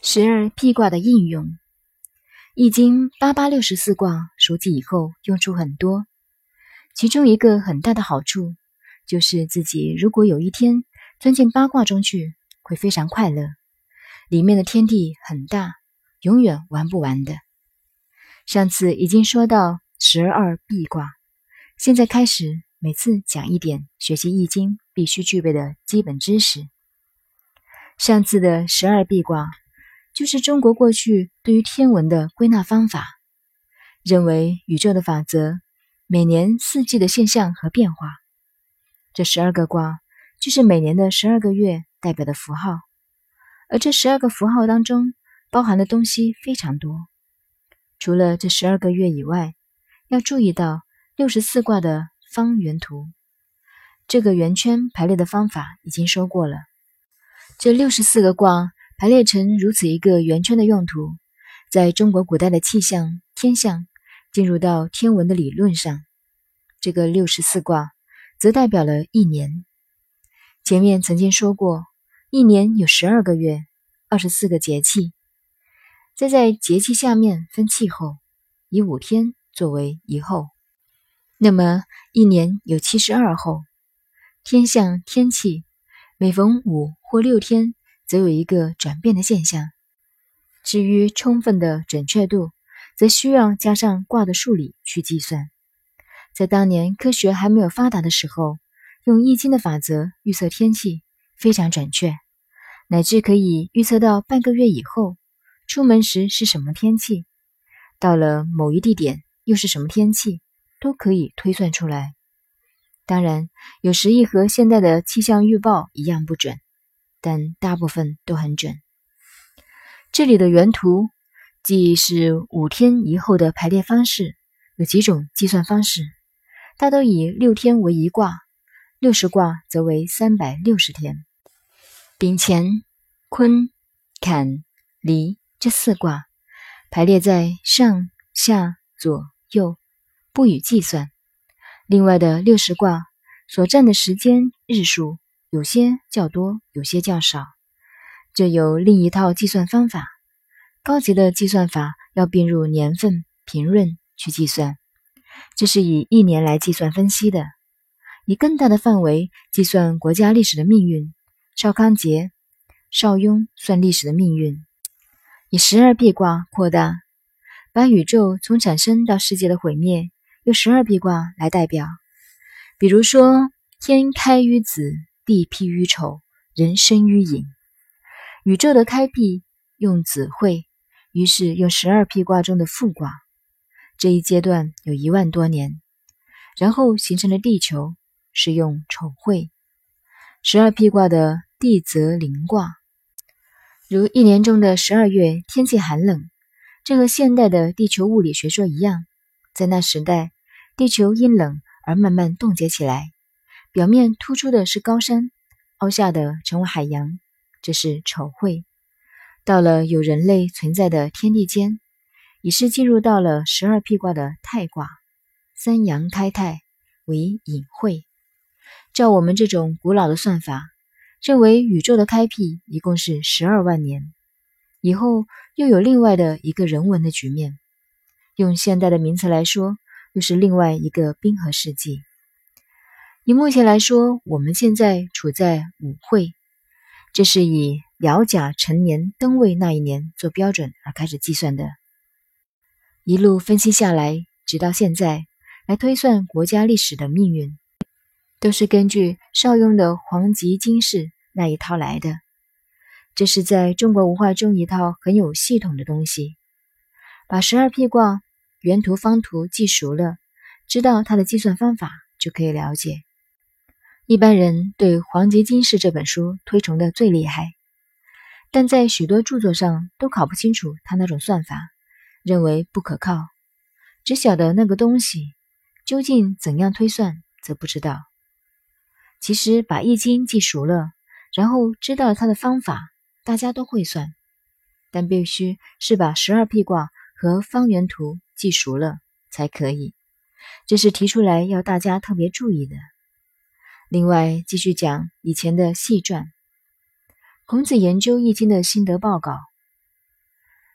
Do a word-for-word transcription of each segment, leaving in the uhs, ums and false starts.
十二辟卦的应用。易经八八六十四卦熟记以后用处很多，其中一个很大的好处就是自己如果有一天钻进八卦中去，会非常快乐，里面的天地很大，永远玩不完的。上次已经说到十二辟卦，现在开始每次讲一点学习易经必须具备的基本知识。上次的十二辟卦就是中国过去对于天文的归纳方法，认为宇宙的法则，每年四季的现象和变化。这十二个卦就是每年的十二个月代表的符号，而这十二个符号当中包含的东西非常多。除了这十二个月以外，要注意到六十四卦的方圆图。这个圆圈排列的方法已经说过了。这六十四个卦排列成如此一个圆圈的用途，在中国古代的气象、天象进入到天文的理论上，这个六十四卦则代表了一年。前面曾经说过，一年有十二个月，二十四个节气，再在节气下面分气候，以五天作为一候。那么一年有七十二候，天象天气每逢五或六天则有一个转变的现象。至于充分的准确度，则需要加上卦的数理去计算。在当年科学还没有发达的时候，用易经的法则预测天气非常准确，乃至可以预测到半个月以后出门时是什么天气，到了某一地点又是什么天气，都可以推算出来。当然，有时亦和现在的气象预报一样不准，但大部分都很准。这里的原图即是五天一候的排列方式，有几种计算方式，大都以六天为一卦，六十卦则为三百六十天。丙乾、坤、坎、离这四卦排列在上、下、左、右，不予计算。另外的六十卦所占的时间日数，有些较多，有些较少，这有另一套计算方法。高级的计算法要并入年份、平闰去计算，这是以一年来计算分析的。以更大的范围计算国家历史的命运，邵康节、邵雍算历史的命运。以十二辟卦扩大，把宇宙从产生到世界的毁灭用十二辟卦来代表。比如说，天开于子，地辟于丑，人生于寅。宇宙的开辟用子会，于是用十二辟卦中的复卦。这一阶段有一万多年，然后形成了地球，是用丑会。十二辟卦的地泽临卦，如一年中的十二月天气寒冷，这和现代的地球物理学说一样。在那时代，地球因冷而慢慢冻结起来，表面突出的是高山，凹下的成为海洋，这是丑会。到了有人类存在的天地间，已是进入到了十二辟卦的太卦，三阳开泰为隐会。照我们这种古老的算法，认为宇宙的开辟一共是十二万年，以后又有另外的一个人文的局面，用现代的名词来说，又是另外一个冰河世纪。以目前来说，我们现在处在五会，这是以爻甲辰年登位那一年做标准而开始计算的。一路分析下来，直到现在来推算国家历史的命运，都是根据邵雍的黄极经世那一套来的。这是在中国文化中一套很有系统的东西。把十二辟卦原图方图记熟了，知道它的计算方法，就可以了解。一般人对《黄极经世》这本书推崇的最厉害，但在许多著作上都搞不清楚他那种算法，认为不可靠，只晓得那个东西究竟怎样推算则不知道。其实把易经记熟了，然后知道了它的方法，大家都会算，但必须是把十二辟卦和方圆图记熟了才可以，这是提出来要大家特别注意的。另外继续讲以前的细传。孔子研究易经的心得报告，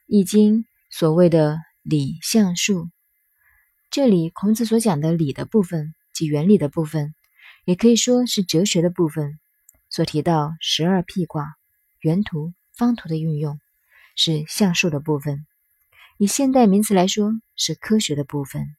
易经所谓的理象数。这里孔子所讲的理的部分即原理的部分，也可以说是哲学的部分，所提到十二辟卦、原图、方图的运用，是象数的部分。以现代名词来说，是科学的部分。